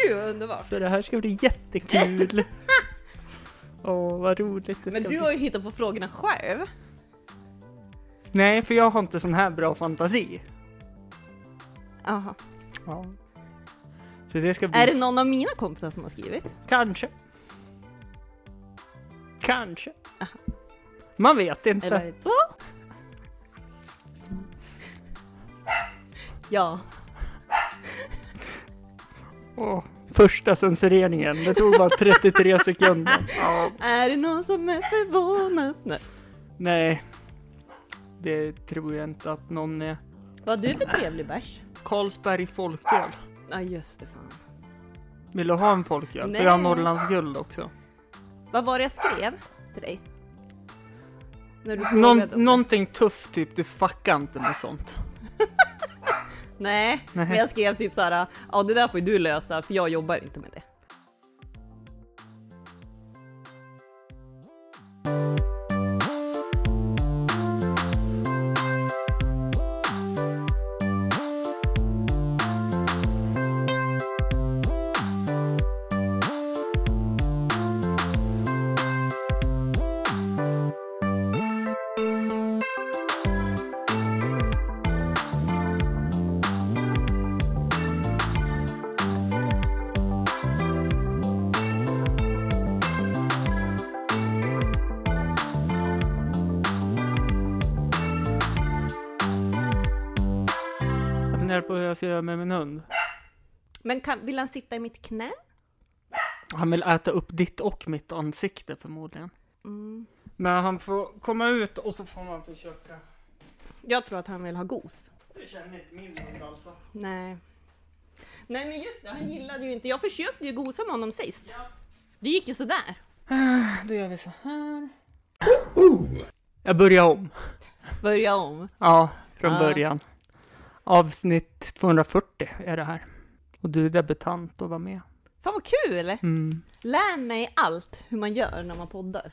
Gud, underbart. Så det här ska bli jättekul. Vad roligt det Men ska du bli. har ju hittat på frågorna själv. Nej, för jag har inte sån här bra fantasi. Aha. Ja. Så det ska bli... Är det någon av mina kompisar som har skrivit? Kanske. Man vet inte. Eller... Ja. Första censureringen. Det tog bara 33 sekunder. Ja. Är det någon som är förvånad? Nej. Det tror jag inte att någon är. Vad är du för trevlig bärs? Carlsberg folköl. Ja, just det, fan. Vill du ha en folköl? Nej. För jag har Norrlands guld också. Vad var det jag skrev till dig? När du frågade om det. Någonting tufft typ. Du fuckar inte med sånt. Nej, men jag skrev typ så här: ja, det där får ju du lösa, för jag jobbar inte med det. Jag funderar på hur jag ska göra med min hund. Men vill han sitta i mitt knä? Han vill äta upp ditt och mitt ansikte förmodligen. Mm. Men han får komma ut och så får man försöka. Jag tror att han vill ha gos. Jag känner inte min hund alltså. Nej. Nej, men just det, han gillade ju inte. Jag försökte ju gosa med honom sist. Ja. Det gick ju sådär. Då gör vi så här. Jag börjar om. Börja om. Ja, från början. Avsnitt 240 är det här. Och du är debutant och var med. Fan vad kul! Lär mig allt hur man gör när man poddar.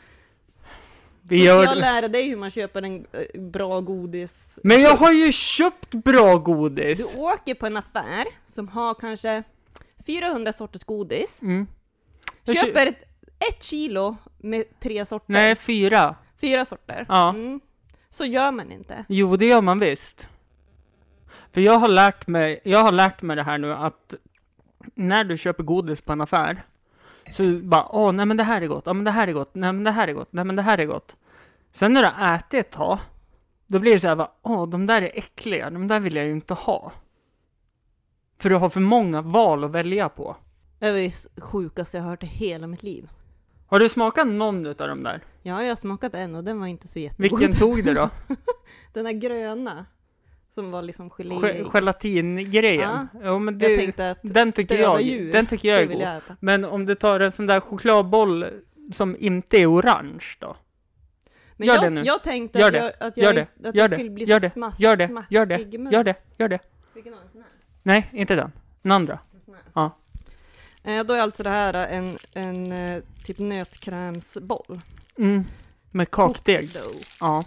Jag lär dig hur man köper en bra godis. Men jag har ju köpt bra godis. Du åker på en affär som har kanske 400 sorters godis. Köper ett kilo med 3 sorter. Nej, 4. 4 sorter. Ja. Så gör man inte. Jo, det gör man visst. För jag har lärt mig det här nu att när du köper godis på en affär så bara, nej men det här är gott, men det här är gott, nej men det här är gott, nej men det här är gott. Sen när du har ätit ett tag, då blir det så här, de där är äckliga, de där vill jag ju inte ha. För du har för många val att välja på. Det är det sjukaste jag har hört i hela mitt liv. Har du smakat någon av de där? Ja, jag har smakat en och den var inte så jättegod. Vilken tog du då? Den där gröna. Som var liksom gelé. Gelatingrejen. Ja. Jo, men Jag tänkte att den tycker jag är god. Men om du tar en sån där chokladboll som inte är orange då? Men gör det nu. Jag tänkte att jag skulle bli så smaskig i munnen. Gör det. Vilken av en sån här? Nej, inte den. Den andra. Ja. Då är alltså det här en typ nötkrämsboll. Med kakdeg. Ja.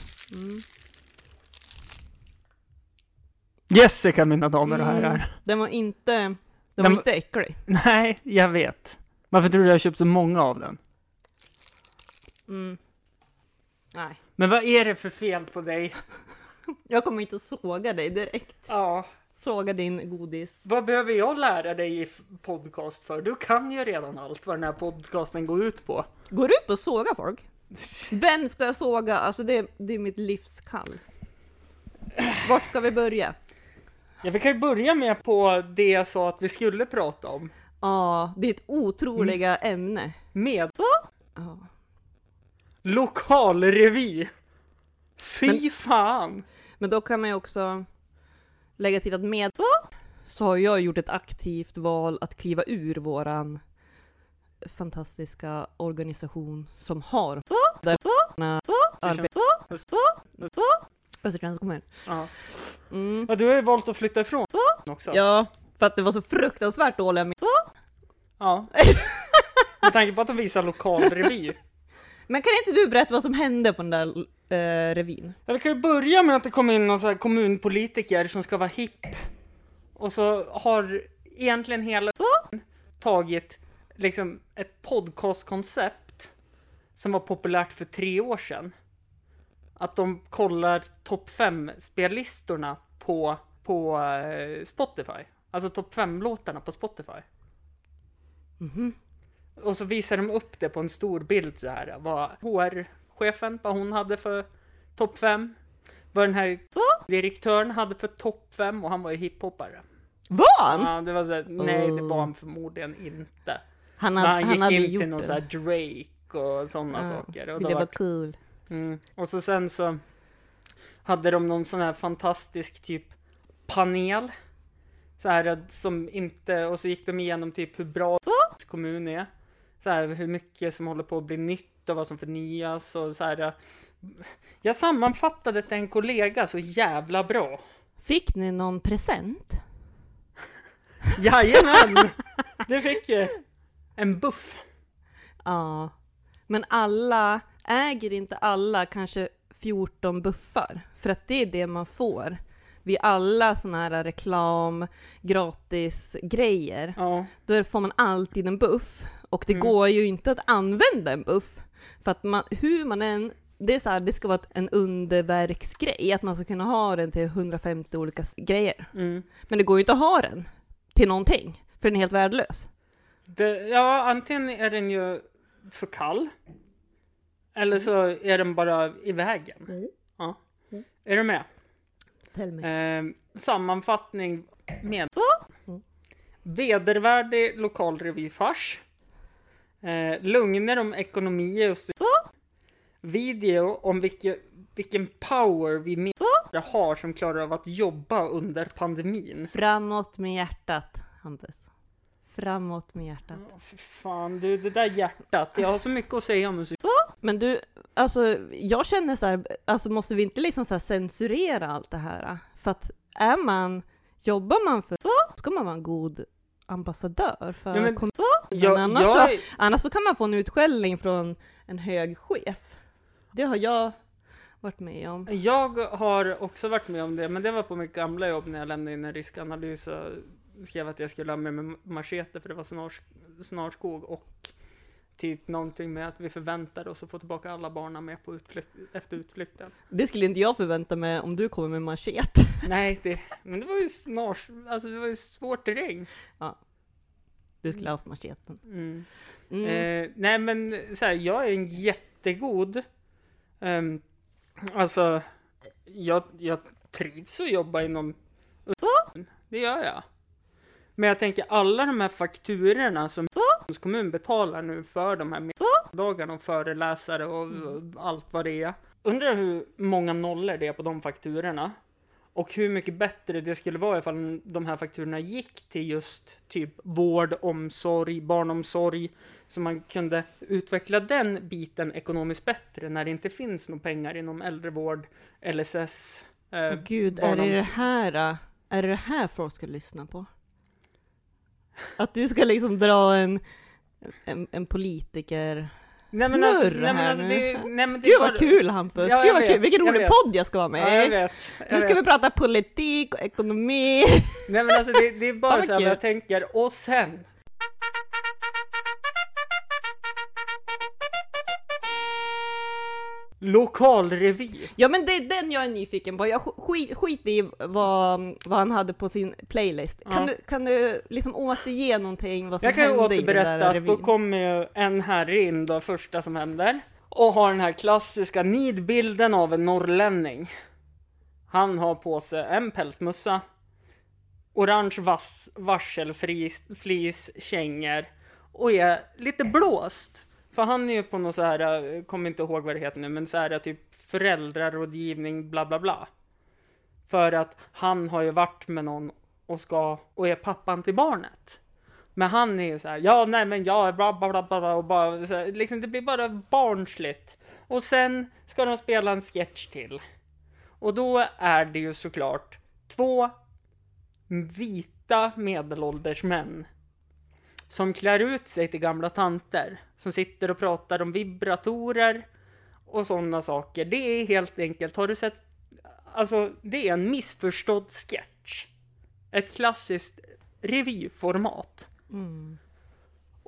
Jessica, mina damer och herrar. Den var inte äcklig. Nej, jag vet. Varför tror du jag har köpt så många av den? Nej. Men vad är det för fel på dig? Jag kommer inte att såga dig direkt. Ja. Såga din godis. Vad behöver jag lära dig i podcast för? Du kan ju redan allt vad den här podcasten går ut på. Går du ut på att såga folk? Vem ska jag såga? Alltså det är mitt livskall. Vart ska vi börja? Ja, vi kan ju börja med på det jag sa att vi skulle prata om. Ja, det är ett otroliga ämne. Med Ja. lokalrevy. Fy fan. Men då kan man ju också lägga till att så har jag gjort ett aktivt val att kliva ur våran fantastiska organisation som har Österträns kommun. Ja. Ja, du har ju valt att flytta ifrån också. Ja, för att det var så fruktansvärt dåliga. Ja. Med tanke på att de visar lokalrevy. Men kan inte du berätta vad som hände på den där revyn? Ja, vi kan ju börja med att det kom in någon så här kommunpolitiker som ska vara hipp. Och så har egentligen hela tagit liksom ett podcastkoncept som var populärt för 3 år sedan. Att de kollar topp 5-spellistorna på Spotify. Alltså topp 5-låtarna på Spotify. Och så visar de upp det på en stor bild så här. Vad HR-chefen, vad hon hade för topp 5. Vad den här direktören hade för topp 5. Och han var ju hiphoppare. Var han? Ja, det var så här, nej, det var han förmodligen inte. Han gick in till någon så här Drake och sådana saker. Och det var cool. Och så sen så hade de någon sån här fantastisk typ panel. Så här som inte, och så gick de igenom typ hur bra kommun är. Så här hur mycket som håller på att bli nytt och vad som förnyas och så här. Jag sammanfattade till en kollega så jävla bra. Fick ni någon present? Jajamän! Det fick ju en buff. Ja. Men äger inte alla kanske 14 buffar? För att det är det man får. Vid alla såna här reklam, gratis grejer. Ja. Då får man alltid en buff. Och det går ju inte att använda en buff. För att det är så här, det ska vara en underverksgrej. Att man ska kunna ha den till 150 olika grejer. Men det går ju inte att ha den till någonting. För den är helt värdelös. Antingen är den ju för kall. Eller så är den bara i vägen. Ja. Är du med? Sammanfattning med vedervärdig lokalrevyfars. Lugner om ekonomi och video om vilken power vi har som klarar av att jobba under pandemin. Framåt med hjärtat, Hampus. Framåt med hjärtat. Fy fan, det där hjärtat. Jag har så mycket att säga om musik. Men du, alltså jag känner så här, alltså måste vi inte liksom så här censurera allt det här? För att jobbar man för ska man vara en god ambassadör för annars så kan man få en utskällning från en hög chef. Det har jag varit med om. Jag har också varit med om det, men det var på mitt gamla jobb när jag lämnade in en riskanalys och skrev att jag skulle ha med mig machete för det var snarskog och typ någonting med att vi förväntade oss att få tillbaka alla barnen med på efter utflykten. Det skulle inte jag förvänta mig om du kommer med machete. Nej, men det var ju det var ju svårt terräng. Ja. Du skulle ha haft macheten. Nej, men så här, jag är en jättegod alltså jag trivs att jobba inom det gör jag. Men jag tänker alla de här fakturorna som kommun betalar nu för de här dagarna och föreläsare och allt vad det är. Undrar hur många nollor det är på de fakturorna. Och hur mycket bättre det skulle vara ifall de här fakturorna gick till just typ vård, omsorg, barnomsorg. Så man kunde utveckla den biten ekonomiskt bättre när det inte finns några pengar inom äldrevård, LSS, Gud, är det här folk ska lyssna på? Att du ska liksom dra en politiker Gud vad kul, Hampus. Ja, Gud vad kul. Vilken rolig podd jag ska vara med. Ja, jag vet. Nu ska vi prata politik och ekonomi. Nej men alltså det är bara så här jag tänker. Och sen lokalrevy. Ja men det är den jag är nyfiken på. Jag skit i vad han hade på sin playlist. Kan du liksom återge någonting vad som hände i den där revyn? Jag kan återberätta att då kommer ju en herre in då, första som händer. Och har den här klassiska nidbilden av en norrlänning. Han har på sig en pälsmussa, orange varselflis, kängor och är lite blåst. För han är ju på något så här, kommer inte ihåg vad det heter nu, men så här typ föräldrarådgivning bla bla bla. För att han har ju varit med någon och är pappan till barnet. Men han är ju så här, bla bla bla bla och bara så här, liksom det blir bara barnsligt. Och sen ska de spela en sketch till. Och då är det ju såklart 2 vita medelålders män som klär ut sig till gamla tanter. Som sitter och pratar om vibratorer och sådana saker. Det är helt enkelt, har du sett? Alltså, det är en missförstådd sketch. Ett klassiskt revyformat.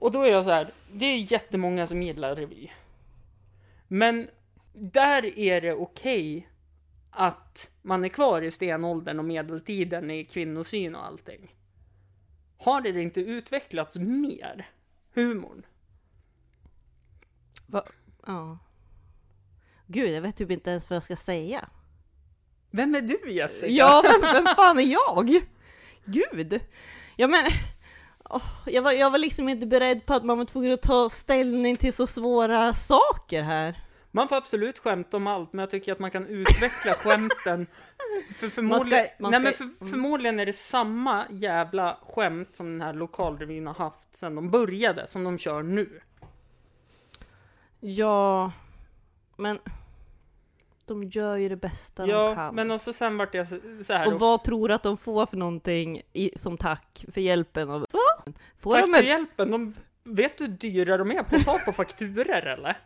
Och då är jag så här, det är jättemånga som gillar revy. Men där är det okej att man är kvar i stenåldern och medeltiden i kvinnosyn och allting. Har det inte utvecklats mer? Humorn? Ja. Gud, jag vet typ inte ens vad jag ska säga. Vem är du, Jessica? Ja, vem fan är jag? Gud. Ja, men... jag var liksom inte beredd på att man var tvungen att ta ställning till så svåra saker här. Man får absolut skämta om allt, men jag tycker att man kan utveckla skämten. För förmodligen är det samma jävla skämt som den här lokalrevyn har haft sedan de började, som de kör nu. Ja, men de gör ju det bästa de kan. Men också sen vart jag så här. Och vad tror du att de får för någonting som tack för hjälpen? Tack för hjälpen? Vet du hur dyra de är på att ta på fakturer, eller?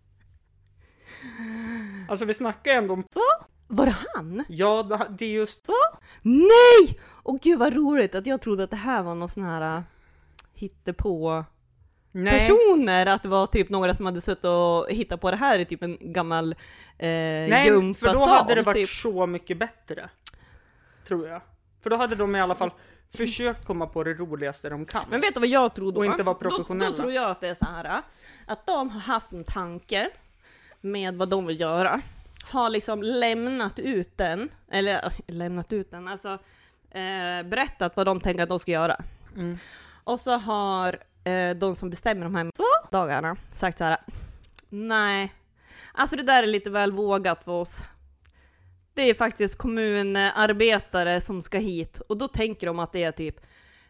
Alltså vi snackar ändå om... Var det han? Ja, det är just... Nej! Åh gud vad roligt att jag trodde att det här var någon sån här hittepå personer. Att det var typ några som hade suttit och hittat på det här i typ en gammal Nej, för då hade det varit typ så mycket bättre. Tror jag. För då hade de i alla fall försökt komma på det roligaste de kan. Men vet du vad jag tror då? Och inte vara professionella. Då tror jag att det är så här. Att de har haft en tanke med vad de vill göra. Har liksom lämnat ut den. Alltså berättat vad de tänker att de ska göra. Mm. Och så har de som bestämmer de här dagarna sagt så här: nej, alltså det där är lite väl vågat för oss. Det är faktiskt kommunarbetare som ska hit. Och då tänker de att det är typ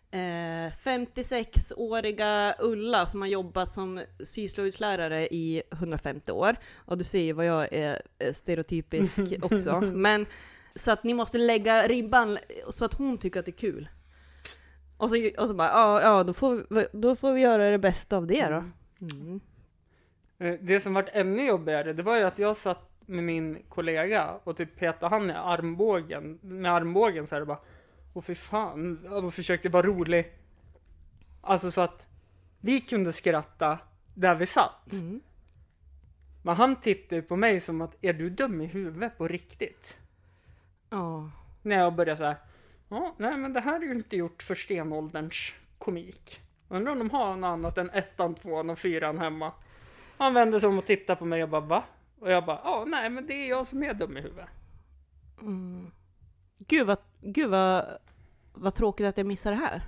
56-åriga Ulla som har jobbat som syslöjdslärare i 150 år. Och du ser ju vad jag är stereotypisk också. Men så att ni måste lägga ribban så att hon tycker att det är kul. Och så bara, då får vi göra det bästa av det då. Mm. Det som varit ännu jobbigare, det var ju att jag satt med min kollega och typ petade han i armbågen så här bara, och för fan, och försökte vara rolig. Alltså så att vi kunde skratta där vi satt. Mm. Men han tittade på mig som att, är du dum i huvudet på riktigt? Ja. När jag började så här, nej men det här är ju inte gjort för stenålderns komik. Undrar om de har något annat än 1, 2 och 4 hemma. Han vände sig om och tittade på mig och bara, va? Och jag bara, nej men det är jag som är dum i huvudet. Mm. Gud vad tråkigt att jag missar det här.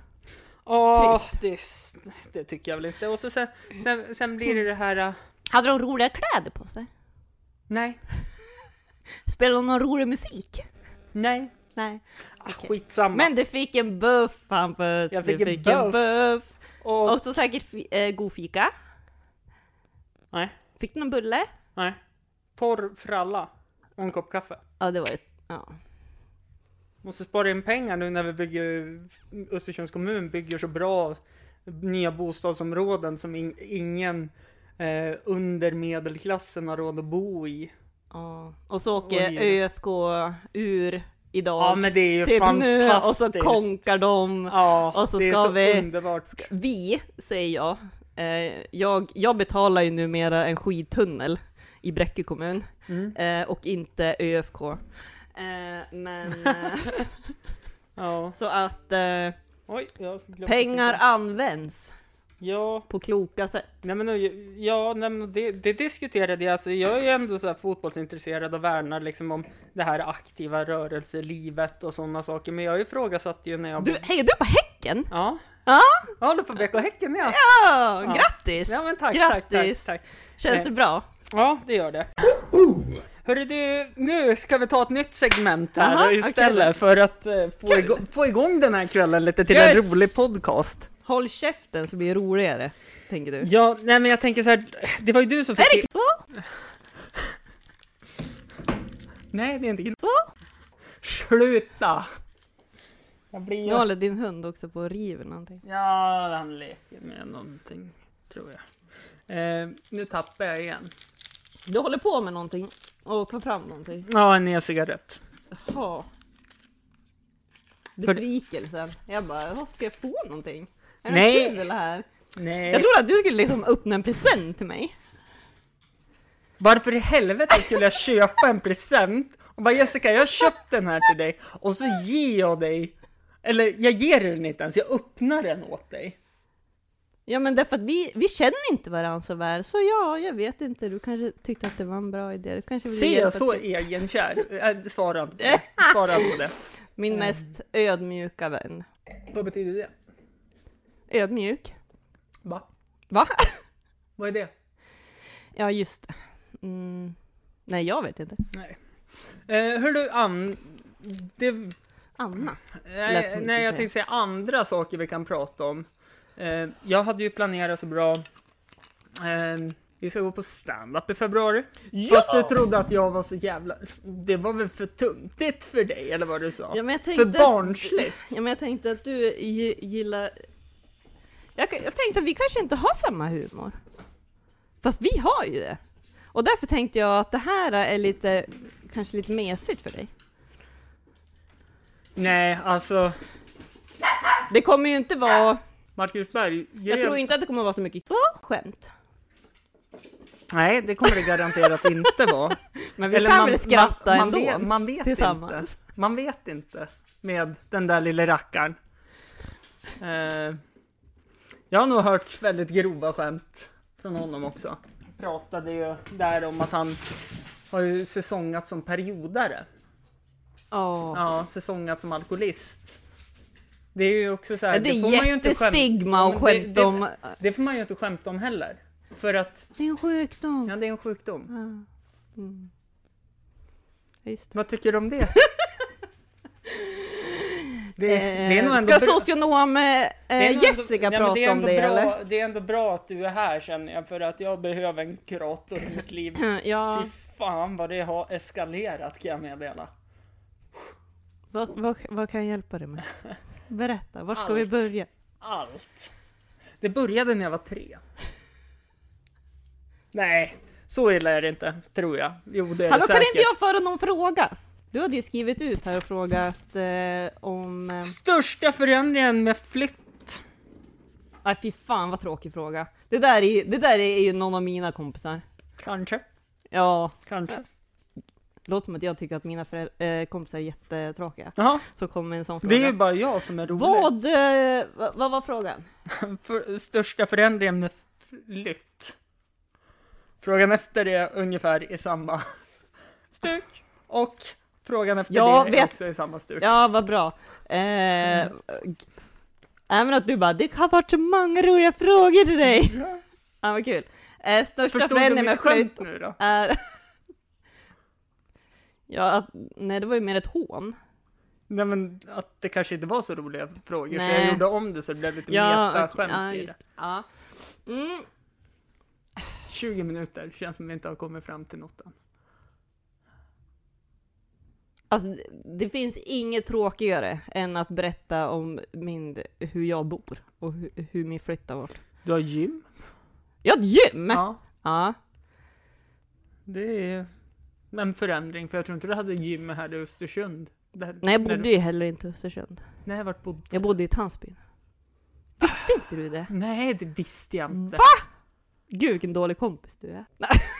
Det tycker jag väl inte. Och så sen blir det här... Hade de roliga kläder på sig? Nej. Spelade de någon rolig musik? Nej. Okay. Skitsamma. Men du fick en buff, Hampus. Jag fick en buff. Och så säkert god fika. Nej. Fick du någon bulle? Nej. Torr fralla och en kopp kaffe. Ja, det var ett... Ja. Måste spara in pengar nu när vi bygger... Östersunds kommun bygger så bra nya bostadsområden som ingen under medelklassen har råd att bo i. Ja. Och så åker ÖFK ur idag. Ja, men det är ju typ fantastiskt. Nu, och så konkar de. Ja, och så det ska är så vi... underbart. Vi, säger jag. Jag betalar ju numera en skidtunnel i Bräcke kommun. Och inte ÖFK. Men ja. Så att pengar används på kloka sätt. Nej men det diskuterade jag. Alltså, jag är ju ändå så här fotbollsintresserad och värnar liksom om det här aktiva rörelselivet och sådana saker. Men jag ifrågasatt ju när jag... Hejar du på Häcken? Ja. Ja. Jag håller på Bäck och Häcken, ja. Ja, grattis! Ja, men tack, grattis. Tack. Känns det bra? Ja, det gör det. Hörru du, nu ska vi ta ett nytt segment här. Aha, istället för att få igång den här kvällen lite till en rolig podcast. Håll käften så blir det roligare, tänker du. Ja, nej men jag tänker så här, det var ju du som fick... Nej, det är inte... Sluta! Nu håller din hund också på att riva någonting. Ja, han leker med någonting, tror jag. Nu tappar jag igen. Du håller på med någonting och tar fram någonting. Ja, en e-cigarett. Jaha. Besvikelsen. Jag bara, vad ska jag få någonting? Är det kul här? Nej. Jag trodde att du skulle liksom öppna en present till mig. Varför i helvete skulle jag köpa en present? Och bara Jessica, jag har köpt den här till dig. Och så ger jag dig. Eller jag ger den inte ens, jag öppnar den åt dig. Ja, men därför att vi känner inte varandra så väl. Så ja, jag vet inte. Du kanske tyckte att det var en bra idé. Du kanske ville Ser jag hjälpa så till. egenkär? Svara inte på det. Svara på det. Min mest ödmjuka vän. Vad betyder det? Ödmjuk? Va? Va? Vad är det? Ja, just det. Nej, jag vet inte. Nej. Hör du, Anna? Nej, jag tänkte säga andra saker vi kan prata om. Jag hade ju planerat så bra. Vi ska gå på stand-up i februari. Ja! Fast du trodde att jag var så jävla... Det var väl för tungt för dig, eller vad du sa? Ja, men jag tänkte, för barnsligt. Ja, men jag tänkte att du gillar... Jag tänkte att vi kanske inte har samma humor. Fast vi har ju det. Och därför tänkte jag att det här är kanske lite mesigt för dig. Nej, alltså... Det kommer ju inte vara... Marcus Berg... Jag tror inte att det kommer vara så mycket skämt. Nej, det kommer det garanterat inte vara. Men vi kan väl skratta ändå man vet tillsammans. Inte. Man vet inte med den där lilla rackaren. Jag har nog hört väldigt grova skämt från honom också. Pratade ju där om att han har ju säsongat som periodare. Ja, säsongat som alkoholist. Det är ju också så här, det får man ju inte jättestigma och skämt om. Det får man ju inte skämta om heller. För att... Det är en sjukdom. Ja, det är en sjukdom. Ja. Just det. Vad tycker du om det? Det är nog ändå ska socionom Jessica prata om det, eller? Det är ändå bra att du är här, känner jag, för att jag behöver en kurator i mitt liv. Ja. Fy fan vad det har eskalerat, kan jag meddela. Vad kan jag hjälpa dig med? Berätta, var ska vi börja? Allt. Det började när jag var 3. Nej, så illa är det inte, tror jag. Jo, det är Hallå, det säkert. kan inte jag föra någon fråga? Du hade ju skrivit ut här och frågat om... Största förändringen med flytt. Nej, fy fan vad tråkig fråga. Det där är ju någon av mina kompisar. Kanske. Ja. Kanske. Låter som att jag tycker att mina kompisar är jättetråkiga. Jaha. Så kommer en sån fråga. Det är ju bara jag som är rolig. Vad var frågan? Största förändringen med flytt. Frågan efter det ungefär i samma stuk. Och frågan efter det är också i samma stuk. Ja, vad bra. Även att du bara, det har varit så många roliga frågor till dig. Ja, vad kul. Största förändringen med flytt nu då? Är... nej, det var ju mer ett hån. Nej, men att det kanske inte var så roliga frågor. Nej. Så jag gjorde om det så det blev lite meta-skämt i det. Ja. 20 minuter känns som vi inte har kommit fram till något än. Alltså, det finns inget tråkigare än att berätta om hur jag bor och hur min flytt har varit. Du har gym? Jag har ett gym? Ja. Det är en förändring, för jag tror inte du hade gym här i Östersund. Nej, jag bodde ju heller inte i Östersund. Nej, vart bodde du? Jag bodde i Tandsbyn. Visste inte du det? Nej, det visste jag inte. Va? Gud, vilken dålig kompis du är.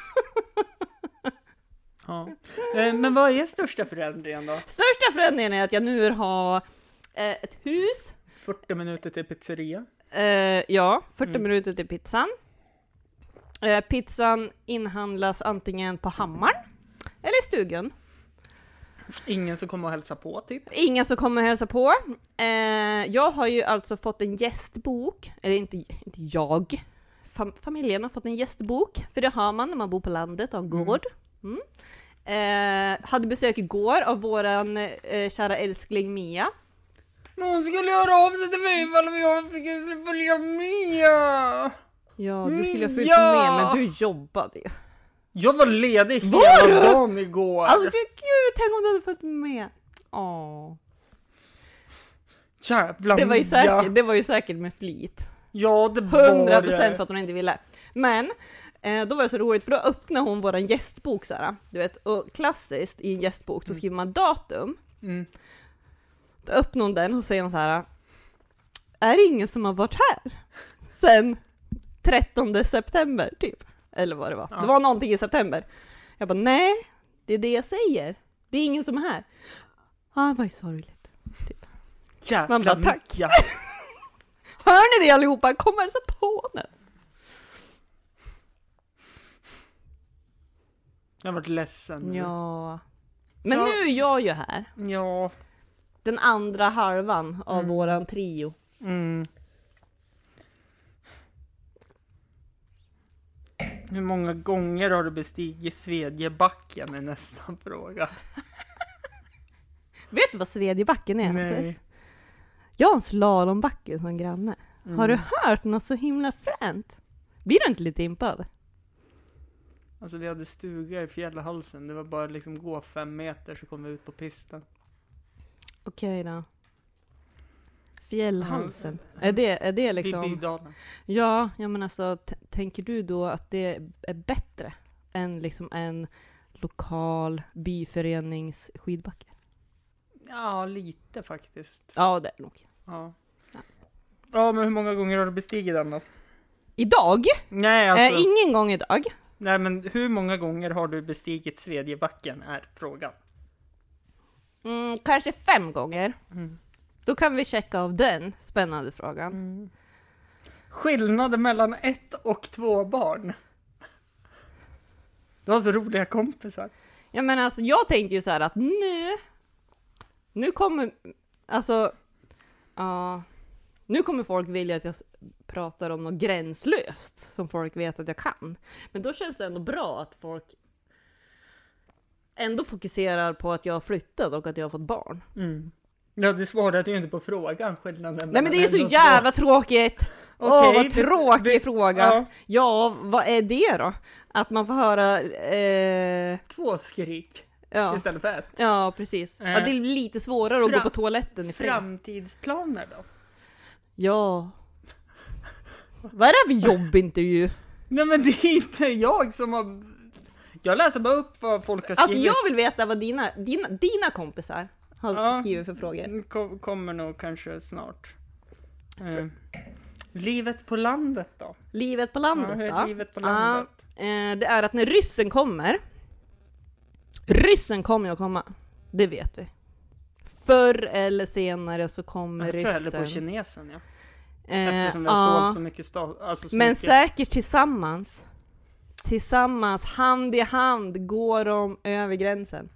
Ja. Men vad är största förändringen då? Största förändringen är att jag nu har ett hus. 40 minuter till pizzeria. 40 minuter till pizzan. Pizzan inhandlas antingen på Hammaren eller i stugan. Ingen som kommer att hälsa på, typ? Ingen som kommer att hälsa på. Jag har ju alltså fått en gästbok. Eller inte jag. Familjen har fått en gästbok. För det har man när man bor på landet och har gård. Hade besök igår av våran kära älskling Mia. Någon skulle höra av sig till mig ifall jag fick följa med. Ja, du skulle ha följt med, men du jobbade ju. Jag var ledig hela dagen igår. Alltså gud, tänk om du hade fått med. Åh. Jävlar. Det var ju säkert med flit. Ja, det var 100% för att hon inte ville. Men då var det så roligt, för då öppnade hon våran gästbok så här, du vet, och klassiskt i en gästbok så skriver man datum. Då öppnar hon den och säger hon så här: är det ingen som har varit här sen 13 september typ. Eller vad det var. Ja. Det var någonting i september. Jag bara, nej, det är det jag säger. Det är ingen som är här. Det var ju sorgligt. Typ. Jävla Man bara, tack. Mia. Hör ni det allihopa? Kom hälsa på nu. Jag har varit ledsen nu. Ja. Men Så- nu är jag ju här. Ja. Den andra halvan av våran trio. Mm. Hur många gånger har du bestigit Svedjebacken är nästa fråga. Vet du vad Svedjebacken är? Nej. Hampus? Jag har en slalombacke som granne. Har du hört något så himla fränt? Blir du inte lite impad? Alltså vi hade stuga i Fjällhalsen. Det var bara liksom gå 5 meter så kom vi ut på pisten. Okej då. Fjällhalsen. Är det liksom... I Bydalen. Ja, men alltså tänker du då att det är bättre än liksom en lokal byförenings skidbacke? Ja, lite faktiskt. Ja, det är nog. Ja. Ja, men hur många gånger har du bestigit den då? Idag? Nej, alltså... Ingen gång idag. Nej, men hur många gånger har du bestigit Svedjebacken är frågan. Kanske 5 gånger. Mm. Då kan vi checka av den spännande frågan. Skillnaden mellan 1 och 2 barn. Du har så roliga kompisar. Ja, men alltså jag tänkte ju så här att nu kommer, alltså, nu kommer folk vilja att jag pratar om något gränslöst som folk vet att jag kan. Men då känns det ändå bra att folk ändå fokuserar på att jag har flyttat och att jag har fått barn. Ja, det svarade ju inte på frågan. Skillnaden. Nej, men det är så jävla tråkigt. Vad tråkig fråga. Ja, vad är det då? Att man får höra 2 skrik istället för 1. Ja, precis. Ja, det är lite svårare att gå på toaletten i fred. Framtidsplaner då? Ja. Vad är det för jobbintervju? Nej, men det är inte jag som har... Jag läser bara upp vad folk har skrivit. Alltså jag vill veta vad dina kompisar har skrivit för frågor. Kommer nog kanske snart. Livet på landet då? Livet på landet hur är då? livet på landet? Det är att när ryssen kommer att komma. Det vet vi. Förr eller senare så kommer ryssen. Jag tror hellre på kinesen, ja. Eftersom vi har sålt så mycket alltså så men mycket. säkert tillsammans, hand i hand går de över gränsen.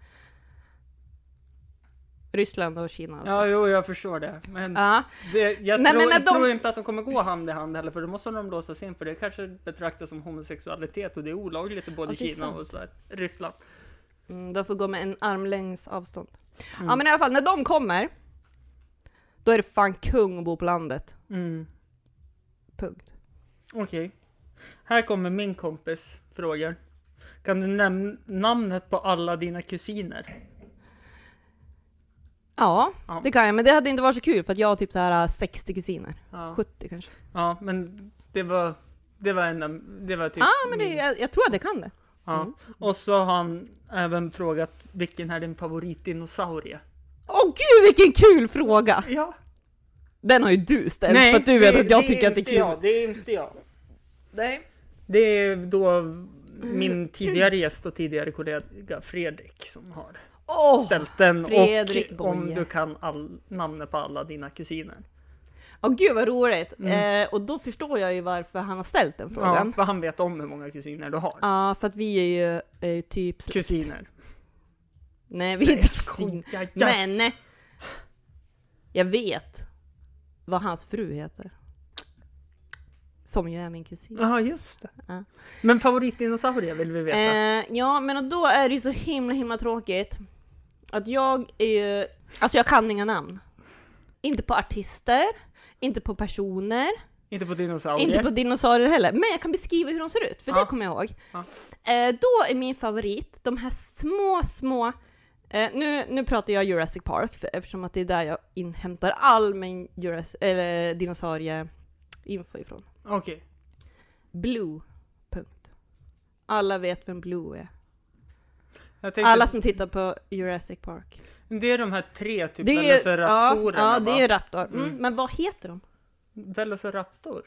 Ryssland och Kina alltså. Ja, jo, jag förstår det. Men jag tror inte att de kommer gå hand i hand heller, för då måste de låsas in, för det kanske betraktas som homosexualitet och det är olagligt i både Kina och så där, Ryssland. De får gå med en armlängds avstånd. Ja, men i alla fall, när de kommer, då är det fan kung att bo på landet. Punkt. Okej. Här kommer min kompis frågor. Kan du nämna namnet på alla dina kusiner? Ja, det kan jag. Men det hade inte varit så kul för att jag har typ så här 60 kusiner. 70 kanske. Ja, men det var typ... Ja, men jag tror att jag kan det. Ja. Och så har han även frågat vilken är din favoritdinosaurie? Åh gud, vilken kul fråga! Ja. Den har ju du ställt för att du vet att jag tycker att det är kul. Ja, det är inte jag. Nej. Det är då min tidigare gäst och tidigare kollega Fredrik som har ställt den. Fredrik och Boye. om du kan namnet på alla dina kusiner. Åh gud vad roligt. Och då förstår jag ju varför han har ställt den frågan. Ja, för han vet om hur många kusiner du har. Ja, för att vi är ju typ släkt. Kusiner. Nej, vi är inte kusiner. Men jag vet vad hans fru heter. Som ju är min kusin. Ja, just det. Ja. Men favoritdinosaurie vill vi veta. Ja, men då är det ju så himla tråkigt att jag är ju... Alltså jag kan inga namn. Inte på artister, inte på personer. Inte på dinosaurier. Inte på dinosaurier heller. Men jag kan beskriva hur de ser ut, för det kommer jag ihåg. Ja. Då är min favorit de här små... Nu pratar jag Jurassic Park, eftersom att det är där jag inhämtar all min dinosaurie-info ifrån. Okej. Blue. Punkt. Alla vet vem Blue är. Alla som tittar på Jurassic Park. Det är de här 3 typ Velociraptorerna. Ja, det är raptor. Men vad heter de? Velociraptor.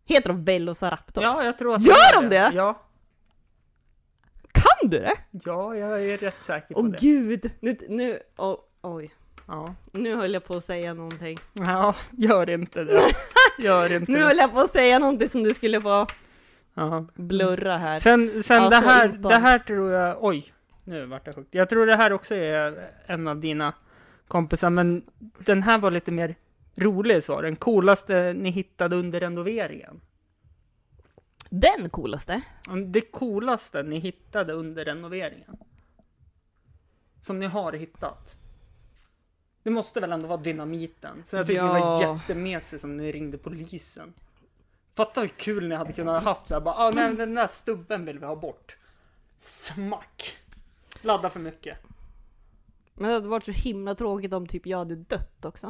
Heter de Velociraptor? Ja, jag tror att Gör de det? Ja. Kan du det? Ja, jag är rätt säker på Åh det. gud, oj. Ja. Nu höll jag på att säga någonting. Ja, gör inte det. Gör inte Nu det. höll jag på att säga någonting som du skulle få Ja. blurra här. Sen Ja, det här tror jag, oj, nu vart jag sjukt. Jag tror det här också är en av dina kompisar, men den här var lite mer rolig svar. Den coolaste ni hittade under renoveringen. Den coolaste? Det coolaste ni hittade under renoveringen. Som ni har hittat. Det måste väl ändå vara dynamiten. Så jag tycker det var jättemesigt som ni ringde polisen. Fatta hur kul ni hade kunnat haft så här, bara, nej, den där stubben vill vi ha bort. Smack. Ladda för mycket. Men det hade varit så himla tråkigt om typ jag hade dött också.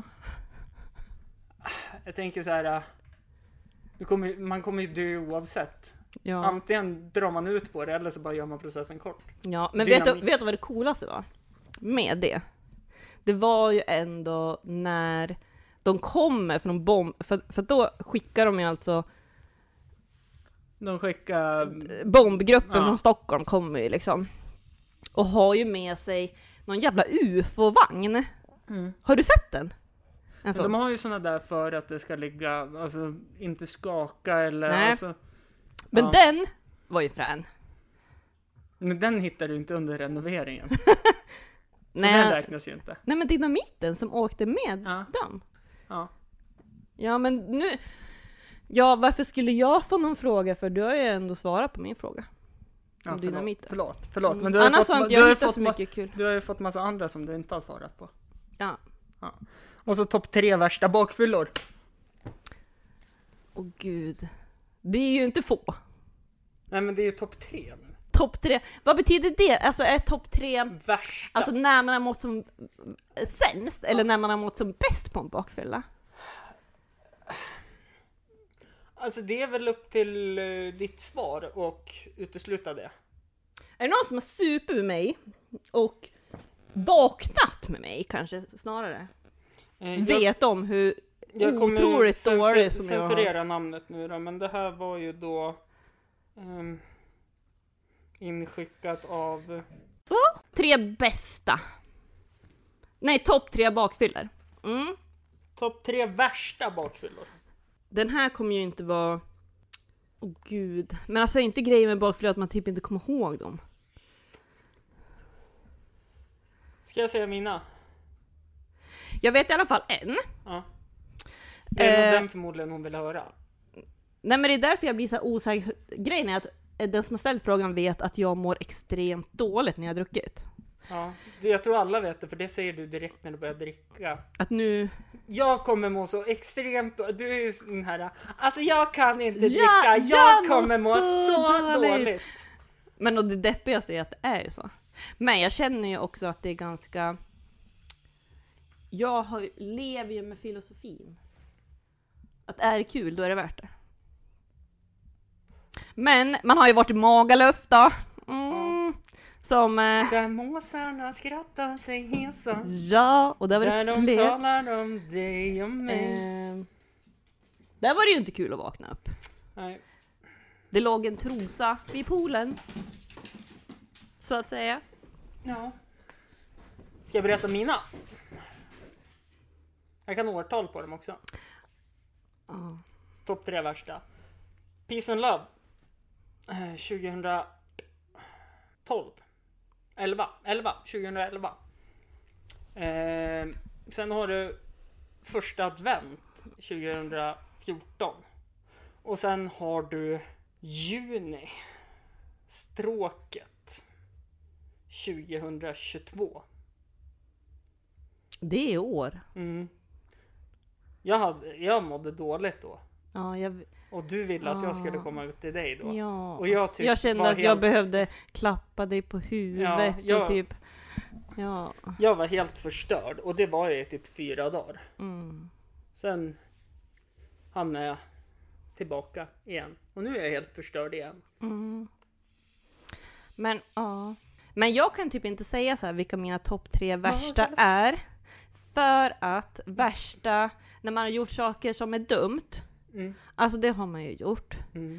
Jag tänker så här, man kommer ju dö oavsett. Ja, Antingen drar man ut på det eller så bara gör man processen kort. ja. Men Dynamit. vet du vad det coolaste var? Med det. Det var ju ändå när de kommer från för då skickar de ju alltså De skickar... bombgruppen Ja. från Stockholm kommer ju liksom och har ju med sig någon jävla UFO-vagn. Har du sett den? En sån. De har ju såna där för att det ska ligga, alltså inte skaka eller Nej. alltså, Men ja. den var ju frän. Men den hittar du inte under renoveringen. Så Nej. den räknas ju inte. Nej, men dynamiten som åkte med Ja. dem. Ja. Ja, men nu... Ja, varför skulle jag få någon fråga? För du har ju ändå svarat på min fråga. Ja, Om dynamiten. Förlåt. Men du har Annars fått, har inte du har jag ju hittat fått så mycket kul. Du har ju fått massa andra som du inte har svarat på. Ja. Och så topp 3 värsta bakfyllor. Åh gud. Det är ju inte få. Nej, men det är ju topp 3 nu. Topp 3. Vad betyder det? Alltså är topp 3... Värsta. Alltså när man har mått som sämst? Eller när man har mått som bäst på en bakfylla? Alltså det är väl upp till ditt svar och utesluta det. Är det någon som har supit med mig och vaknat med mig kanske snarare? Vet om hur Jag kommer otroligt dålig som jag censurera namnet nu då, men det här var ju då inskickat av... 3 bästa. Nej, topp 3 bakfyllor. Topp 3 värsta bakfyllor. Den här kommer ju inte vara... Åh gud. Men alltså inte grejen med bakfyllor att man typ inte kommer ihåg dem. Ska jag säga mina? Jag vet i alla fall en. Ja. Det är nog den förmodligen hon vill höra. Nej, men det är därför jag blir så här osäker. Grejen är att den som har ställt frågan vet att jag mår extremt dåligt när jag har druckit. Ja, jag tror alla vet det, för det säger du direkt när du börjar dricka. Att nu... Jag kommer må så extremt... Du är ju sån här... Alltså jag kan inte Ja, dricka. Jag kommer må så dåligt. Men och det deppigaste är att det är ju så. Men jag känner ju också att det är ganska... lever ju med filosofin. Att är det kul, då är det värt det. Men man har ju varit i Magaluf då. Som... Där måsarna skrattar sig hesa. Ja, och där var Där det de fler. talar om dig och mig. Där var det ju inte kul att vakna upp. Nej. Det låg en trosa vid poolen. Så att säga. Ja. Ska jag berätta mina? Jag kan årtal på dem också. Topp 3 värsta. Peace and Love. 2012. 2011. Sen har du första advent 2014. Och sen har du juni. Stråket 2022. Det är år. Jag mådde dåligt då. Ja, Och du ville att jag skulle komma ut till dig då. ja. Och jag kände att jag behövde klappa dig på huvudet Ja, och typ... Ja. Jag var helt förstörd. Och det var jag i typ 4 dagar. Sen hamnade jag tillbaka igen. Och nu är jag helt förstörd igen. Men ja. Men jag kan typ inte säga så här vilka mina topp 3 värsta är. För att värsta, när man har gjort saker som är dumt, Alltså det har man ju gjort.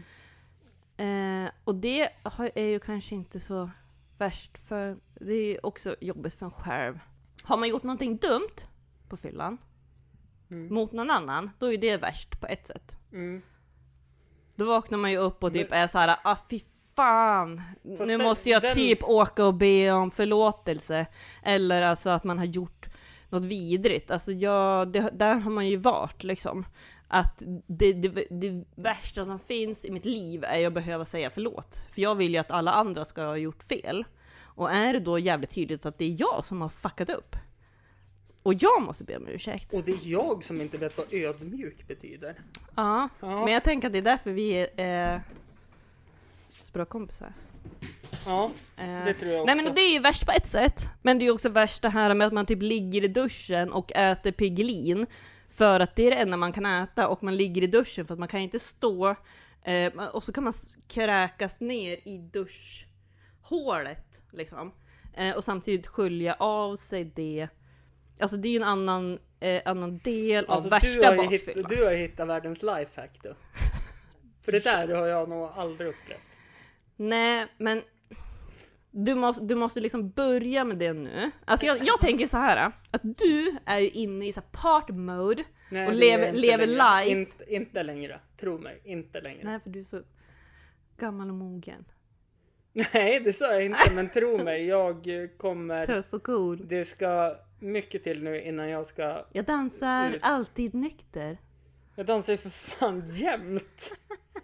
Och det är ju kanske inte så värst, för det är ju också jobbigt för en själv. Har man gjort någonting dumt på fyllan mot någon annan, då är det värst på ett sätt. Då vaknar man ju upp och typ är så här: fy fan, nu måste jag typ åka och be om förlåtelse. Eller alltså att man har gjort något vidrigt. Alltså där har man ju varit liksom. Att det värsta som finns i mitt liv är att behöva säga förlåt. För jag vill ju att alla andra ska ha gjort fel. Och är det då jävligt tydligt att det är jag som har fuckat upp, och jag måste be om ursäkt. Och det är jag som inte vet vad ödmjuk betyder. Ja. Men jag tänker att det är därför vi är så bra kompisar. Ja, det tror jag också. Nej, men det är ju värst på ett sätt. Men det är ju också värst det här med att man typ ligger i duschen och äter Piggelin. För att det är det enda man kan äta, och man ligger i duschen för att man kan inte stå. Och så kan man kräkas ner i duschhålet liksom. Och samtidigt skölja av sig det. Alltså det är ju en annan del av värsta bakfyllan. Du har hittat världens lifehack då. För det där har jag nog aldrig upplevt. Nej, men du måste liksom börja med det nu. Alltså jag tänker så här, att du är ju inne i så här part mode. Nej, och lever life. Inte längre, tro mig, inte längre. Nej, för du är så gammal och mogen. Nej, det sa jag inte, men tro mig, jag kommer... Tuff och cool. Det ska mycket till nu innan jag ska... Jag dansar alltid nykter. Jag dansar ju för fan jämt.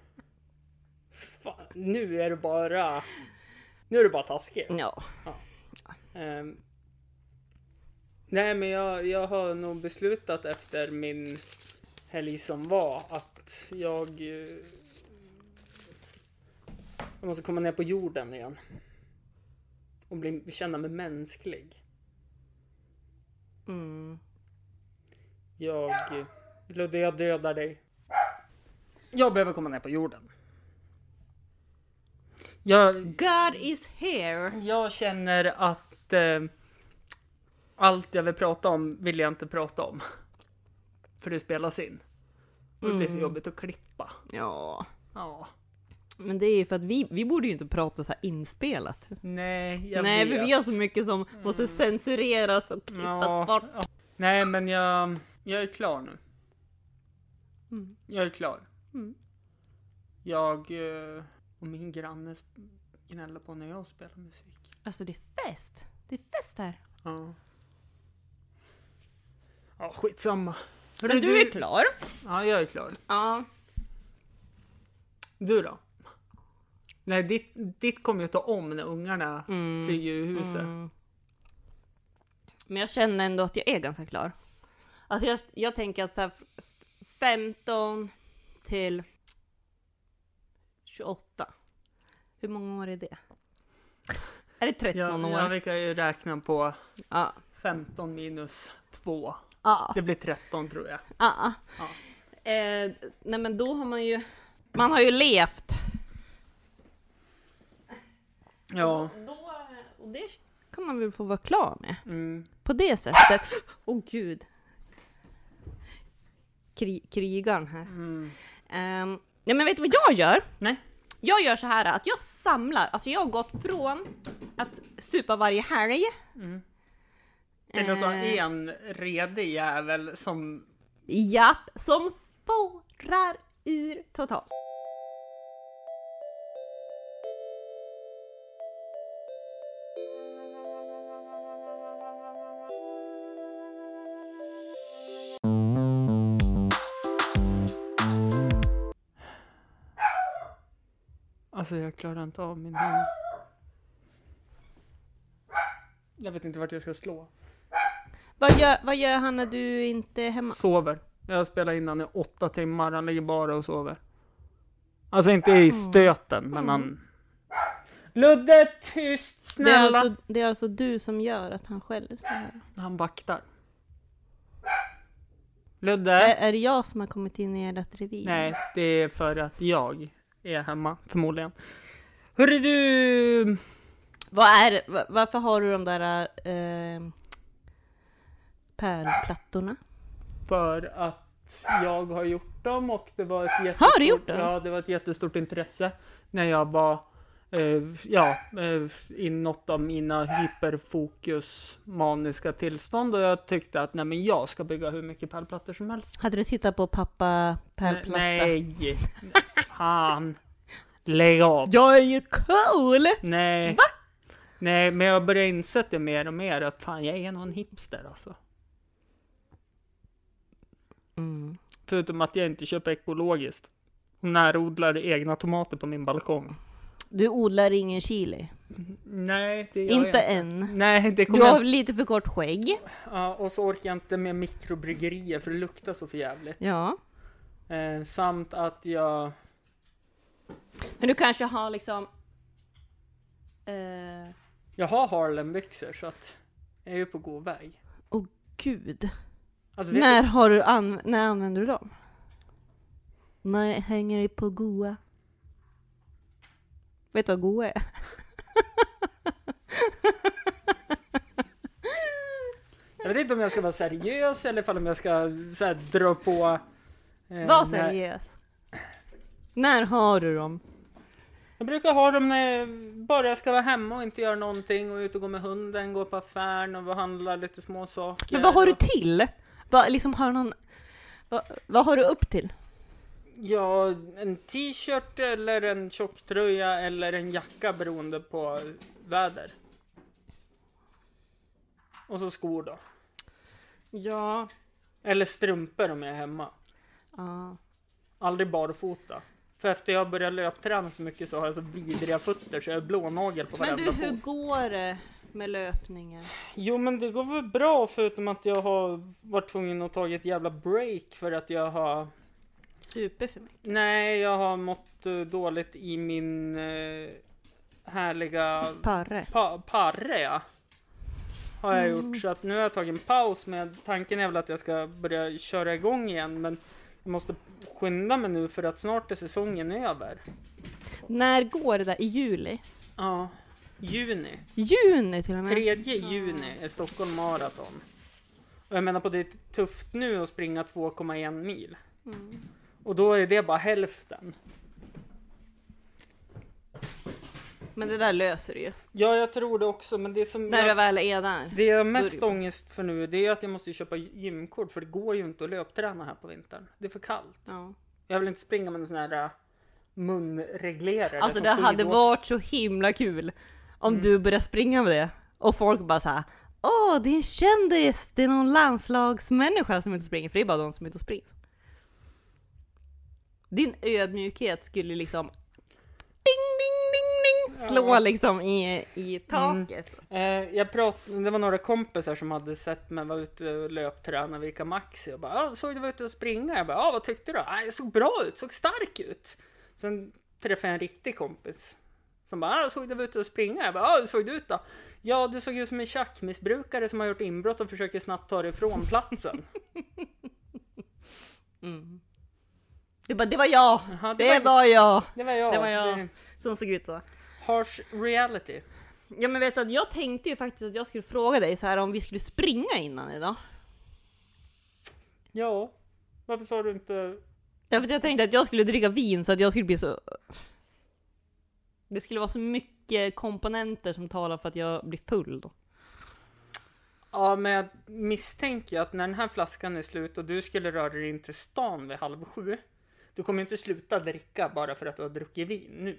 Fan, nu är det bara taskigt. Ja. Nej, men jag har nog beslutat efter min helg som var att jag måste komma ner på jorden igen. Och känna mig mänsklig. Ludde, jag dödar dig. Jag behöver komma ner på jorden. God is here. Jag känner att allt jag vill prata om vill jag inte prata om. För det spelas in. Och det blir så jobbigt att klippa. Ja. Ja. Men det är ju för att vi borde ju inte prata så här inspelat. Nej, för vi har så mycket som måste censureras och klippas bort. Ja. Nej, men jag är klar nu. Jag är klar. Jag och min granne gnäller på när jag spelar musik. Alltså det är fest. Det är fest här. Ja. Ja, skitsamma. Men du är klar? Ja, jag är klar. Ja. Du då? Nej, ditt kommer ju ta om när ungarna flyger ur huset. Men jag känner ändå att jag är ganska klar. Alltså jag tänker att så här 15 till 28. Hur många år är det? Är det 13 år? Ja, vi kan ju räkna på 15 minus 2. Det blir 13 tror jag. Nej, men då har man har ju levt. Ja. Och det kan man väl få vara klar med. På det sättet. Gud. Krigaren här. Nej, men vet du vad jag gör? Nej. Jag gör så här att jag samlar. Alltså jag har gått från att supa varje helg. Till att ha en redig jävel som... Japp, som spårar ur totalt. Alltså jag klarar inte av min hand. Jag vet inte vart jag ska slå. Vad gör han när du inte är hemma? Sover. Jag spelar in han i 8 timmar. Han ligger bara och sover. Alltså inte i stöten, men han... Ludde, tyst, snälla! Det är alltså du som gör att han skäller så här. Han vaktar. Ludde? Är det jag som har kommit in i ert revir? Nej, det är för att jag är hemma, förmodligen. Hörru du... Varför har du de där pärlplattorna? För att jag har gjort dem och det var ett jättestort, Har du gjort det? Ja, det var ett jättestort intresse när jag var i något av mina hyperfokus maniska tillstånd och jag tyckte att nej men jag ska bygga hur mycket pärlplattor som helst. Hade du tittat på pappa pärlplatta? Nej, fan. Lägg av. Jag är ju cool! Nej. Va? Nej, men jag börjar inse det mer och mer att fan, jag är nog en hipster alltså. Mm. Förutom att jag inte köper ekologiskt. Och närodlar egna tomater på min balkong. Du odlar ingen chili? Nej, det gör Inte jag än. Nej, det Du kommer har lite för kort skägg. Ja, och så orkar jag inte med mikrobryggerier för det luktar så för jävligt. Ja. Samt att jag... Men du kanske har liksom... Jag har Harlem-byxor så att jag är ju på god väg. Åh gud. Alltså, När använder du dem? När hänger du på goa? Vet du vad goa är? Jag vet inte om jag ska vara seriös eller om jag ska så här, dra på... Var seriös. När har du dem? Jag brukar ha dem när jag bara ska vara hemma och inte göra någonting och ut och gå med hunden, gå på affären och handla lite små saker. Men vad har du till? Liksom har någon... Vad har du upp till? Ja, en t-shirt eller en tjocktröja eller en jacka beroende på väder. Och så skor då. Ja. Eller strumpor om jag är hemma. Ja. Aldrig barfota. För efter jag började löpträna så mycket så har jag så vidriga fötter så jag är blånagel på varenda fot. Men du, hur går det med löpningen? Jo men det går väl bra förutom att jag har varit tvungen att ta ett jävla break för att jag har... Super för mycket. Nej, jag har mått dåligt i min härliga... Parre. Parre, ja. Har jag gjort. Så att nu har jag tagit en paus med tanken är väl att jag ska börja köra igång igen. Men jag måste skynda mig nu för att snart är säsongen över. När går det där? I juli? Ja, juni. Juni till och med? 3 juni är Stockholm Marathon. Och jag menar på det är tufft nu att springa 2,1 mil. Mm. Och då är det bara hälften. Men det där löser du ju. Ja, jag tror det också. Men det som När du väl är där. det jag har mest ångest för nu det är att jag måste köpa gymkort. För det går ju inte att löpträna här på vintern. Det är för kallt. Ja. Jag vill inte springa med en sån här munreglerare. Alltså det hade varit så himla kul om du började springa med det. Och folk bara så här: åh, det är en kändis, det är någon landslagsmänniska som inte springer. För det är bara de som inte springer. Din ödmjukhet skulle liksom ding, ding, ding, ding, slå liksom i taket. Det var några kompisar som hade sett mig vara ute och löpträna vilka Maxi. Jag bara, såg du var ute och springa? Jag bara, vad tyckte du? Jag såg bra ut, såg stark ut. Sen träffade jag en riktig kompis som bara, såg du var ute och springa? Jag bara, hur såg du ut då? Ja, du såg ut som en tjackmissbrukare som har gjort inbrott och försöker snabbt ta dig ifrån platsen. Mm. Du bara, det var jag! Aha, det var jag! Det var jag. Det var jag. Som såg ut så. Harsh reality. Ja men vet du, jag tänkte ju faktiskt att jag skulle fråga dig så här om vi skulle springa innan idag. Ja, varför sa du inte... Därför att jag tänkte att jag skulle dricka vin så att jag skulle bli så... Det skulle vara så mycket komponenter som talar för att jag blir full då. Ja, men jag misstänker att när den här flaskan är slut och du skulle röra dig in till stan vid 6:30, du kommer inte sluta dricka bara för att du har druckit vin nu.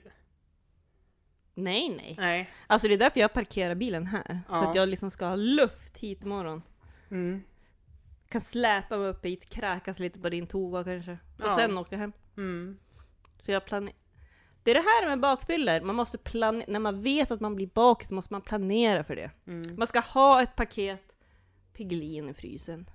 Nej. Nej. Alltså det är därför jag parkerar bilen här. Ja. Så att jag liksom ska ha luft hit imorgon. Mm. Kan släpa mig upp hit, kräkas lite på din toa kanske. Och Ja. sen åka hem. Mm. Så jag planerar. Det är det här med bakfyller. Man måste planera. När man vet att man blir bakis så måste man planera för det. Mm. Man ska ha ett paket Piggelin i frysen.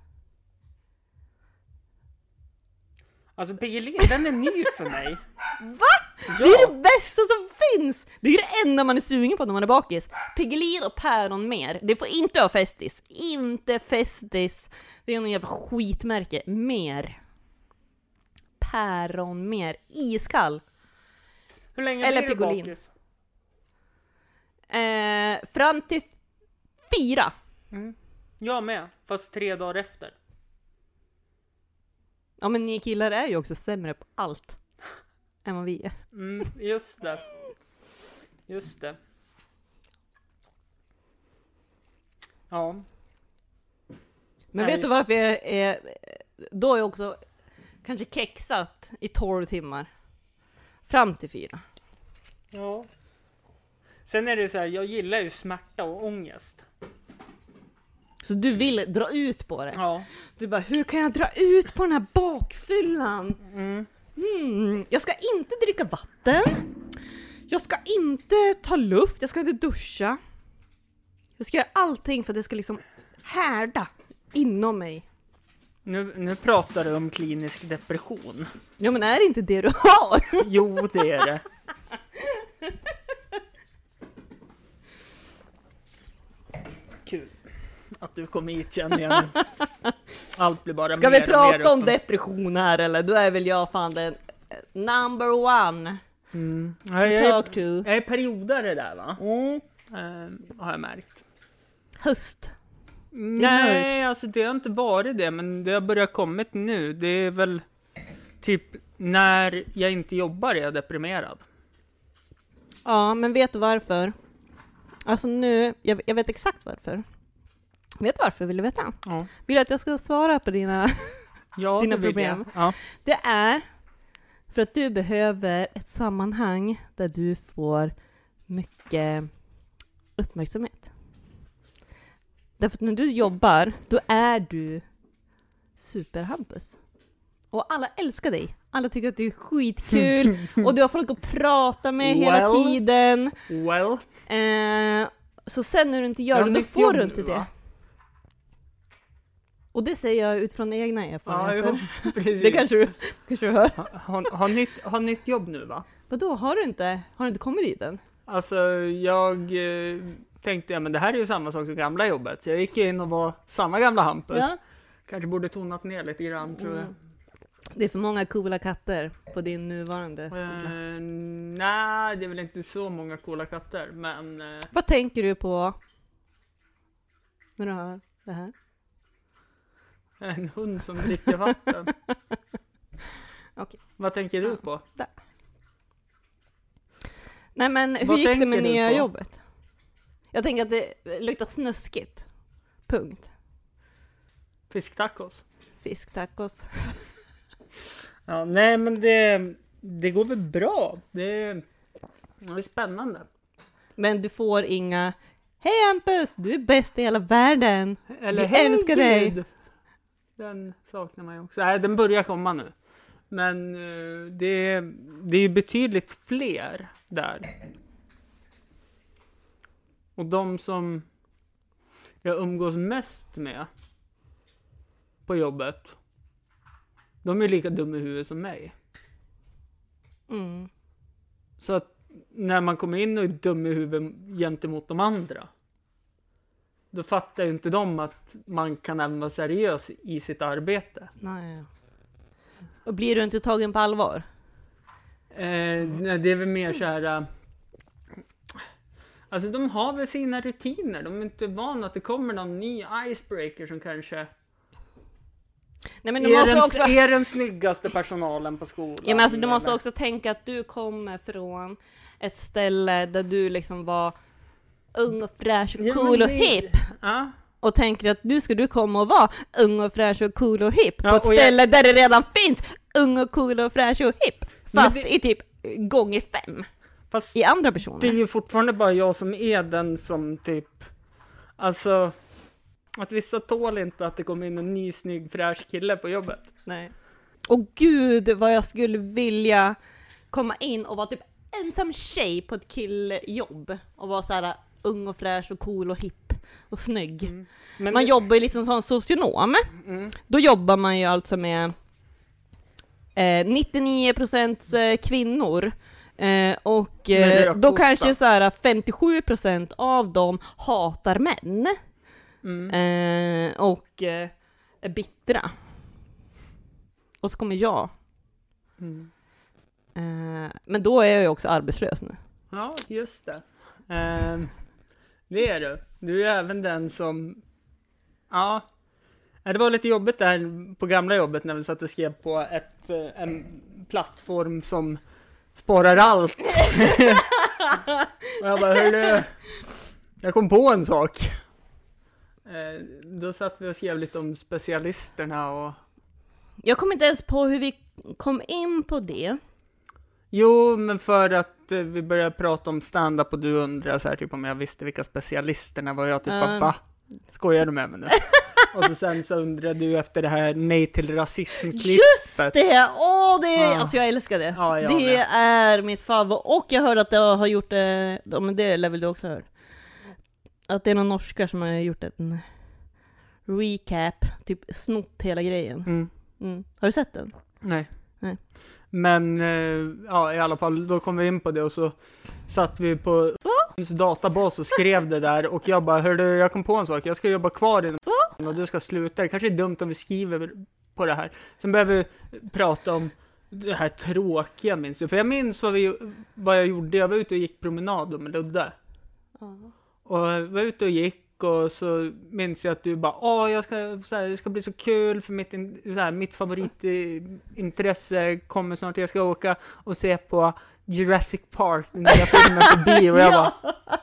Alltså Piggelin, den är ny för mig. Va? Ja. Det är det bästa som finns! Det är det enda man är sugen på när man är bakis. Piggelin och päron mer. Det får inte vara Festis. Inte Festis. Det är någon jävla skitmärke. Mer. Päron mer. Iskall. Hur länge Eller blir du Piggelin. bakis? Fram till 4. Mm. Jag med, fast 3 dagar efter. Ja, men ni killar är ju också sämre på allt än vad vi är. Just det. Just det. Ja. Men vet du varför jag är... Då är jag också kanske kexat i 12 timmar. Fram till 4. Ja. Sen är det så här, jag gillar ju smärta och ångest. Så du vill dra ut på det? Ja. Du bara, hur kan jag dra ut på den här bakfyllan? Jag ska inte dricka vatten. Jag ska inte ta luft. Jag ska inte duscha. Jag ska göra allting för att det ska liksom härda inom mig. Nu pratar du om klinisk depression. Ja, men är det inte det du har? Jo, det är det. Kul att du kom hit, känner jag nu. Allt blir bara Ska mer vi prata mer om depression här, eller? Då är väl jag fan den number one. Jag Talk to. är periodare där, va? Har jag märkt. Höst. Nej, alltså det har inte varit det, men det har börjat kommit nu. Det är väl typ när jag inte jobbar är jag deprimerad. Ja, men vet du varför? Alltså nu, jag vet exakt varför. Vet du varför? Vill du veta? Ja. Vill du att jag ska svara på dina Dina problem? Ja. Det är för att du behöver ett sammanhang där du får mycket uppmärksamhet. Därför att när du jobbar, då är du superhampus. Och alla älskar dig. Alla tycker att du är skitkul. Och du har folk att prata med hela tiden. Så sen när du inte gör det, då får du inte det. Och det säger jag utifrån egna erfarenheter. Ja, precis. Det kanske du hör. Har nytt jobb nu, va? Vadå, har du inte kommit dit än? Alltså, jag tänkte, men det här är ju samma sak som gamla jobbet. Så jag gick in och var samma gamla Hampus. Ja. Kanske borde tonat ner lite grann, tror jag. Det är för många coola katter på din nuvarande skola. Nej, det är väl inte så många coola katter, men... Vad tänker du på när du hör det här? En hund som dricker vatten. Okej. Vad tänker du på? Där. Nej, men hur Vad gick det tänker med du nya på? jobbet? Jag tänker att det luktar snuskigt. Punkt. Fisktacos. Fisktacos. Ja, nej, men det går väl bra. Det är spännande. Men du får inga hej Hampus, du är bäst i hela världen. Eller Vi älskar dig. Gud. Den saknar man ju också. Nej, den börjar komma nu. Men det är betydligt fler där. Och de som jag umgås mest med på jobbet, de är lika dumma i huvudet som mig. Så att när man kommer in och är dum i huvudet gentemot de andra, då fattar ju inte de att man kan även vara seriös i sitt arbete. Nej. Och blir du inte tagen på allvar? Nej, det är väl mer så här... Alltså de har väl sina rutiner. De är inte vana att det kommer någon ny icebreaker som kanske... Nej, men du måste också... är den snyggaste personalen på skolan. Ja, men alltså, du måste också tänka att du kommer från ett ställe där du liksom var ung och fräsch och cool och hip. Ja. Och tänker att nu ska du komma och vara ung och fräsch och cool och hip på ett och ställe där det redan finns ung och cool och fräsch och hip. Fast i typ gånger 5. Fast i andra personer. Det är ju fortfarande bara jag som är den som typ... Alltså... Att vissa tål inte att det kommer in en ny snygg fräsch kille på jobbet. Nej. Och gud vad jag skulle vilja komma in och vara typ ensam tjej på ett killjobb. Och vara så här ung och fräsch och cool och hip och snygg. Men man jobbar ju liksom som socionom. Då jobbar man ju alltså med 99% kvinnor. Och då kanske så här 57% av dem hatar män. Och är bittra. Och så kommer jag. Men då är jag ju också arbetslös nu. Ja, just det. Det är du. Du är även den som... Ja. Det var lite jobbigt där på gamla jobbet när vi satt och skrev på en plattform som sparar allt. Och jag bara, hörru, jag kom på en sak. Då satt vi och skrev lite om specialisterna och... Jag kommer inte ens på hur vi kom in på det. Jo, men för att vi började prata om stand-up och du undrar så här, typ om jag visste vilka specialisterna var. Jag typ bara, va? Skojar du med mig nu? Och sen så undrade du efter det här nej till rasism-klippet. Just det! Alltså jag älskar det. Ja, det är mitt favorit. Och jag hörde att jag har gjort det, men det lär väl du också hört. Att det är någon norskar som har gjort en recap, typ snott hela grejen. Har du sett den? Nej. Men ja, i alla fall, då kom vi in på det och så satt vi på databas och skrev det där och jag bara, hörde, jag kom på en sak, jag ska jobba kvar i och du ska sluta. Det kanske är dumt om vi skriver på det här. Sen behöver vi prata om det här tråkiga, minns jag. För jag minns vad jag gjorde. Jag var ute och gick promenad med Ludde. Och jag var ute och gick och så minns jag att du bara, det ska bli så kul för mitt favoritintresse kommer snart. Jag ska åka och se på Jurassic Park, den nya filmen på bio. Och jag bara...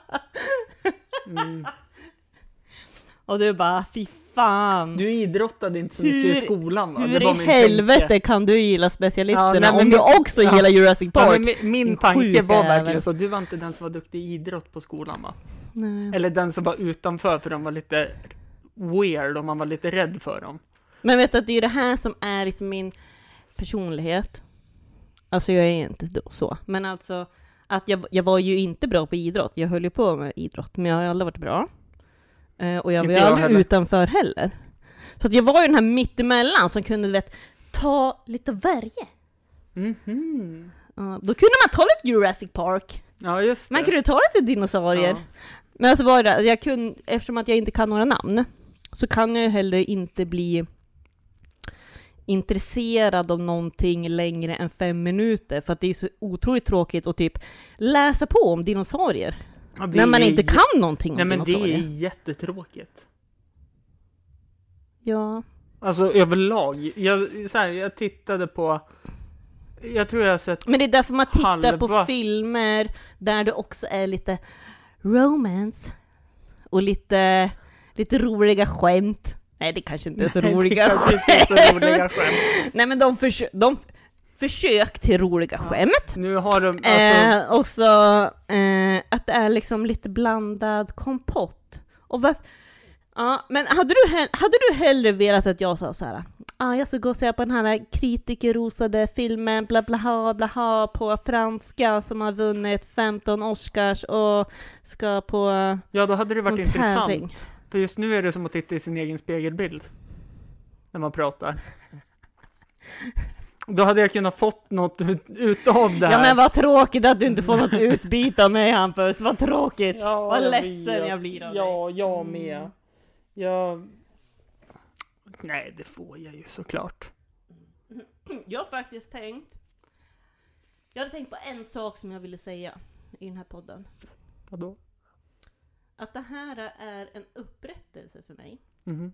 Och du bara, fy fan. Du idrottade inte så mycket i skolan, va? Hur i helvete kan du gilla specialisterna om du också gillar Jurassic Park? Ja, min tanke var verkligen så. Du var inte den som var duktig i idrott på skolan, va? Nej. Eller den som var utanför för de var lite weird och man var lite rädd för dem. Men vet du att det är det här som är liksom min personlighet. Alltså jag är inte så. Men alltså att jag var ju inte bra på idrott. Jag höll ju på med idrott, men jag har aldrig varit bra. Och jag var ju aldrig utanför heller. Så att jag var ju den här mittemellan som kunde ta lite av varje. Då kunde man ta lite Jurassic Park. Ja, just det. Man kunde ta lite dinosaurier. Ja. Men alltså var det, eftersom att jag inte kan några namn så kan jag heller inte bli intresserad av någonting längre än 5 minuter. För att det är så otroligt tråkigt att typ läsa på om dinosaurier. Ja, när man inte kan någonting om dinosaurier. Nej, men det är jättetråkigt. Ja. Alltså överlag. Jag tittade på... Jag tror jag har sett... Men det är därför man tittar på filmer där det också är lite romance. Och lite roliga skämt. Nej, det kanske inte är så roliga skämt. Nej, men de försök till roliga skämt. Nu har de alltså... Och så att det är liksom lite blandad kompott. Och ja, men hade du hellre velat att jag sa så här: jag ska gå och se på den här kritikerrosade filmen bla bla bla på franska som har vunnit 15 Oscars och ska på... Ja, då hade det varit intressant. För just nu är det som att titta i sin egen spegelbild när man pratar. Då hade jag kunnat fått något utav det här. Ja, men vad tråkigt att du inte får något utbyte av mig, Hampus. Vad tråkigt. Ja, vad ledsen jag blir av dig. Ja, jag med. Nej, det får jag ju såklart. Jag har faktiskt jag hade tänkt på en sak som jag ville säga i den här podden. Vadå? Att det här är en upprättelse för mig. Mm-hmm.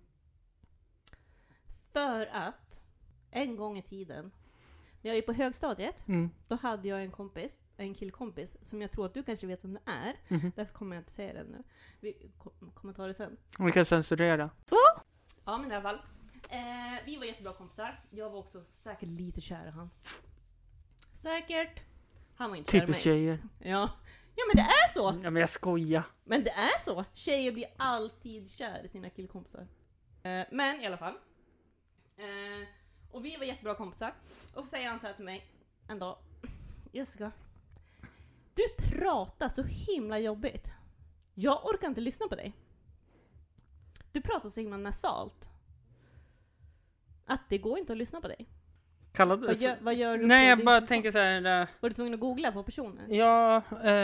För att en gång i tiden, när jag är på högstadiet, då hade jag en killkompis som jag tror att du kanske vet vem det är. Därför kommer jag inte säga det nu. Vi kommer ta det sen. Vi kan censurera. Ja, men i alla fall. Vi var jättebra kompisar. Jag var också säkert lite kär i han. Säkert. Han var inte kär i mig. Typiskt tjejer. Ja, men det är så. Ja, men jag skojar. Men det är så. Tjejer blir alltid kär i sina killkompisar. Men i alla fall. Och vi var jättebra kompisar. Och så säger han så här till mig en dag: Jessica, du pratar så himla jobbigt. Jag orkar inte lyssna på dig. Du pratar så himla nasalt att det går inte att lyssna på dig. Vad gör du? Nej, jag bara tänker så här. Var du tvungen att googla på personen? Ja.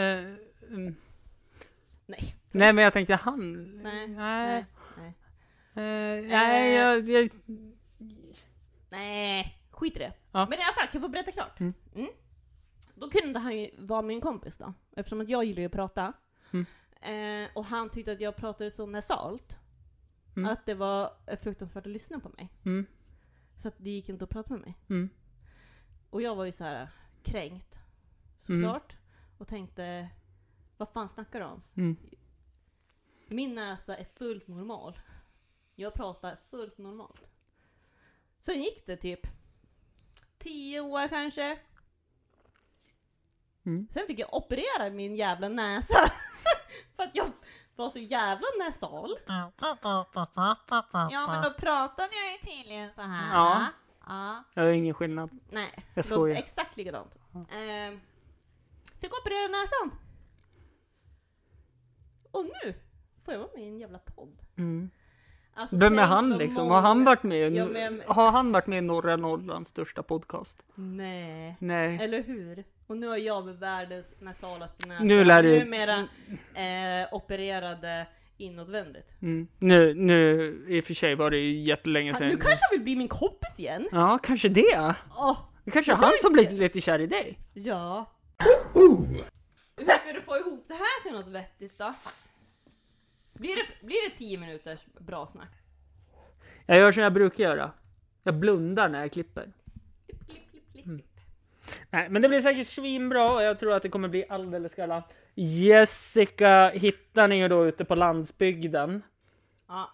Nej. Nej, men jag tänkte han. Nej, skit i det. Ja. Men i alla fall, kan jag få berätta klart? Då kunde han ju vara min kompis då. Eftersom att jag gillar ju att prata. Och han tyckte att jag pratade så nasalt. Att det var fruktansvärt att lyssna på mig. Så att det gick inte att prata med mig. Och jag var ju så här kränkt. Såklart. Och tänkte, vad fan snackar du om? Min näsa är fullt normal. Jag pratar fullt normalt. Sen gick det typ 10 år kanske. Sen fick jag operera min jävla näsa. För att jag var så jävla nasal. Ja, men då pratade jag ju tydligen så här. Ja. Jag har ingen skillnad. Nej, jag skojar. Exakt likadant. Fick operera näsan. Och nu får jag vara med i en jävla podd. Alltså, vem är han liksom? Har han varit med? Har han varit med i norra Norrlands största podcast? Nej. Eller hur? Och nu har jag med världens nasalaste näsa. Numera opererade inåtvändigt. Nu i och för sig var det ju jättelänge sedan. Nu kanske han vill bli min kompis igen. Ja, kanske det. Det kanske är han som blir lite kär i dig. Ja. Hur ska du få ihop det här till något vettigt då? Blir det 10 minuters bra snack? Jag gör som jag brukar göra. Jag blundar när jag klipper. Klipp. Nej, men det blir säkert svinbra och jag tror att det kommer bli alldeles galant. Jessica hittar ni ju då ute på landsbygden. Ja.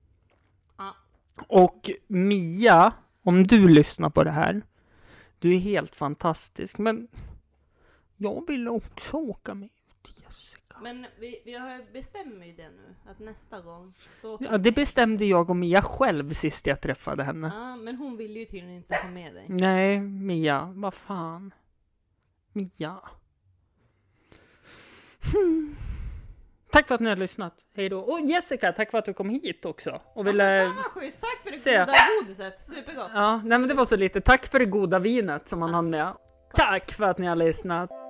Och Mia, om du lyssnar på det här, du är helt fantastisk, men jag vill också åka med till Jessica. Men vi har bestämt ju det nu, att nästa gång så... Ja, det bestämde jag och Mia själv sist jag träffade henne. Ja, men hon ville ju tydligen inte ha med dig. Nej, Mia, vad fan. Mia. Tack för att ni har lyssnat. Hej då. Och Jessica, tack för att du kom hit också. Och ville... Fan vad schysst. Tack för det goda godiset. Supergott. Ja, nej men det var så lite. Tack för det goda vinet som man hann med. Tack för att ni har lyssnat.